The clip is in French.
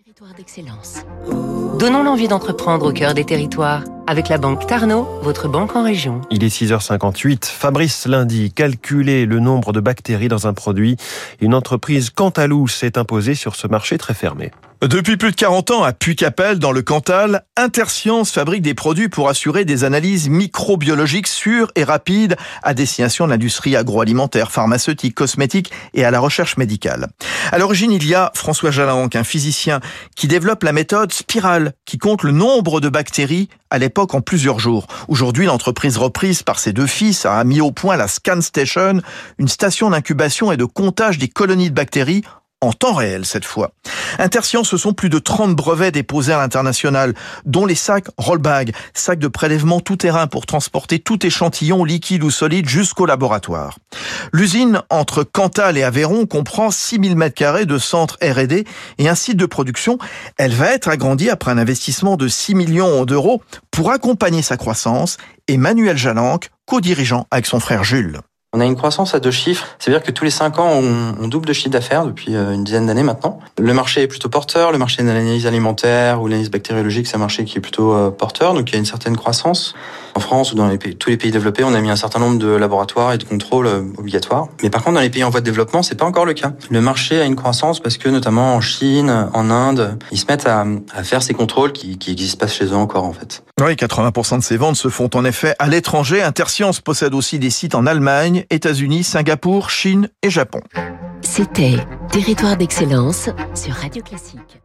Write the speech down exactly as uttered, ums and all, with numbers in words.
Territoire d'excellence. Donnons l'envie d'entreprendre au cœur des territoires. Avec la banque Tarno, votre banque en région. Il est six heures cinquante-huit. Fabrice Lundi, calculer le nombre de bactéries dans un produit. Une entreprise Cantalou s'est imposée sur ce marché très fermé. Depuis plus de quarante ans, à Puy-Capelle, dans le Cantal, Interscience fabrique des produits pour assurer des analyses microbiologiques sûres et rapides à destination de l'industrie agroalimentaire, pharmaceutique, cosmétique et à la recherche médicale. À l'origine, il y a François Jalanque, un physicien, qui développe la méthode Spirale, qui compte le nombre de bactéries à l'époque en plusieurs jours. Aujourd'hui, l'entreprise reprise par ses deux fils a mis au point la Scan Station, une station d'incubation et de comptage des colonies de bactéries en temps réel cette fois. Interscience, ce sont plus de trente brevets déposés à l'international, dont les sacs Rollbag, sacs de prélèvement tout-terrain pour transporter tout échantillon liquide ou solide jusqu'au laboratoire. L'usine entre Cantal et Aveyron comprend six mille mètres carrés de centre R et D et un site de production. Elle va être agrandie après un investissement de six millions d'euros pour accompagner sa croissance. Emmanuel Jalanque, co-dirigeant avec son frère Jules. On a une croissance à deux chiffres, c'est-à-dire que tous les cinq ans, on, on double de chiffre d'affaires depuis une dizaine d'années maintenant. Le marché est plutôt porteur, le marché de l'analyse alimentaire ou l'analyse bactériologique, c'est un marché qui est plutôt porteur, donc il y a une certaine croissance. En France ou dans les pays, tous les pays développés, on a mis un certain nombre de laboratoires et de contrôles obligatoires. Mais par contre, dans les pays en voie de développement, c'est pas encore le cas. Le marché a une croissance parce que, notamment en Chine, en Inde, ils se mettent à, à faire ces contrôles qui, qui existent pas chez eux encore, en fait. Oui, quatre-vingts pour cent de ces ventes se font en effet à l'étranger. Interscience possède aussi des sites en Allemagne, États-Unis, Singapour, Chine et Japon. C'était Territoire d'excellence sur Radio Classique.